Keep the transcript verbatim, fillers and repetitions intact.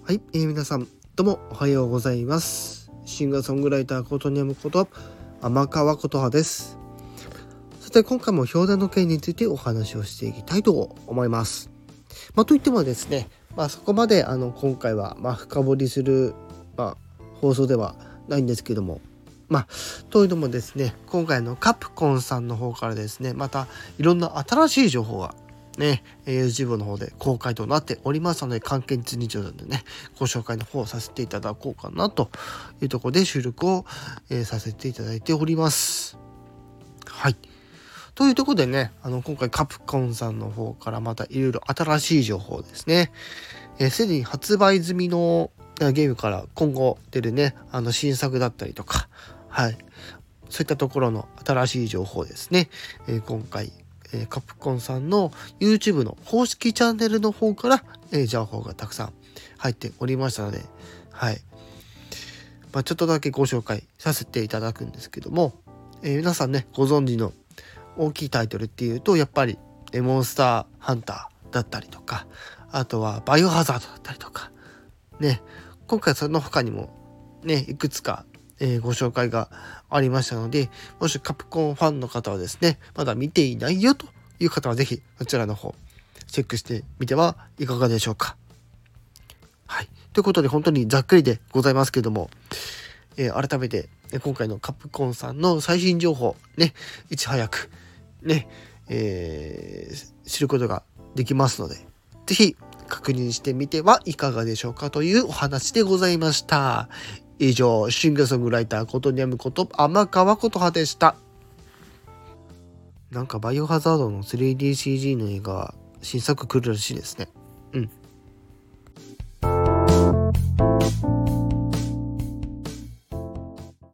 はい、えー、皆さんどうもおはようございます。シンガーソングライターことにゃむこと天川琴葉です。さて今回も表題の件についてお話をしていきたいと思います。まあ、といってもですね、まあ、そこまであの今回はまあ深掘りする、まあ、放送ではないんですけども、まあというのもですね、今回のカプコンさんの方からですね、またいろんな新しい情報がね、YouTube の方で公開となっておりますので、関係に上でね、ご紹介の方をさせていただこうかなというところで収録を、えー、させていただいております。はい。というところでね、あの今回カプコンさんの方からまたいろいろ新しい情報ですね。すで、えー、に発売済みのゲームから今後出るね、あの新作だったりとか、はい。そういったところの新しい情報ですね。えー、今回、えー、カプコンさんの YouTube の公式チャンネルの方から、えー、情報がたくさん入っておりましたので、はい。まあ、ちょっとだけご紹介させていただくんですけども、えー、皆さんね、ご存知の大きいタイトルっていうと、やっぱり、えー、モンスターハンターだったりとか、あとはバイオハザードだったりとか、ね、今回その他にもね、いくつかえー、ご紹介がありましたので、もしカプコンファンの方はですね、まだ見ていないよという方はぜひそちらの方チェックしてみてはいかがでしょうか。はい。ということで本当にざっくりでございますけども、えー、改めて今回のカプコンさんの最新情報ね、いち早くね、えー、知ることができますので、ぜひ確認してみてはいかがでしょうかというお話でございました。以上、シンガーソングライターことにゃむこと天川琴葉でした。なんかバイオハザードの スリーディーシージー の映画新作来るらしいですね。うん。